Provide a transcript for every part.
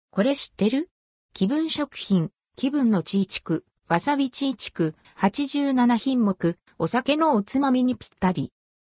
これ知ってる？気分食品、気分のチーチク、わさびチーチク、87品目、お酒のおつまみにぴったり。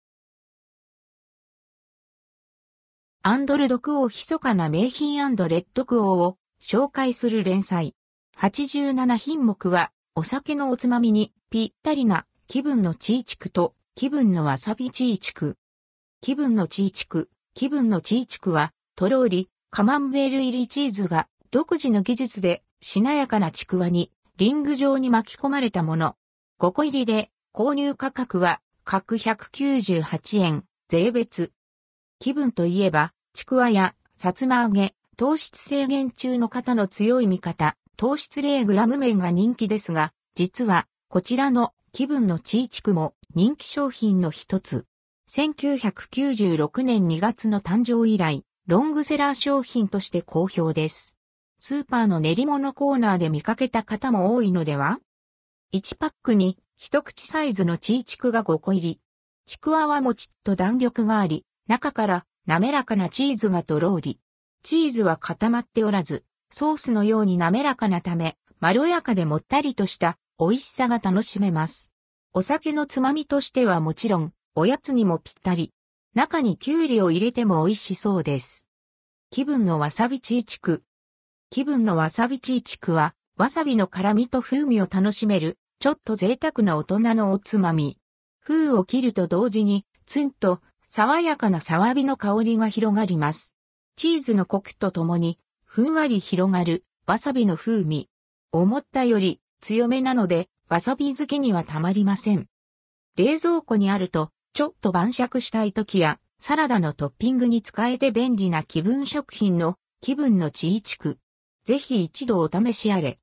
アンドルドクオー密かな名品&レッドクオーを紹介する連載。87品目は、お酒のおつまみにぴったりな気分のチーチクと気分のわさびチーチク。気分のチーチク、気分のチーチクは、とろーり、カマンベール入りチーズが独自の技術でしなやかなちくわにリング状に巻き込まれたもの。5個入りで購入価格は各198円、税別。気分といえば、ちくわやさつま揚げ、糖質制限中の方の強い味方、糖質0グラム麺が人気ですが、実はこちらの気分のチーチクも人気商品の一つ。1996年2月の誕生以来、ロングセラー商品として好評です。スーパーの練り物コーナーで見かけた方も多いのでは？ 1 パックに一口サイズのチーチクが5個入り。ちくわはもちっと弾力があり、中から滑らかなチーズがとろーり。チーズは固まっておらず、ソースのように滑らかなため、まろやかでもったりとした美味しさが楽しめます。お酒のつまみとしてはもちろん、おやつにもぴったり。中にキュウリを入れても美味しそうです。気分のわさびチーチク。気分のわさびチーチクは、わさびの辛みと風味を楽しめる、ちょっと贅沢な大人のおつまみ。封を切ると同時に、ツンと爽やかなさわびの香りが広がります。チーズのコクとともに、ふんわり広がる、わさびの風味。思ったより強めなので、わさび好きにはたまりません。冷蔵庫にあると、ちょっと晩酌したい時や、サラダのトッピングに使えて便利な気分食品の気分のチーチク。ぜひ一度お試しあれ。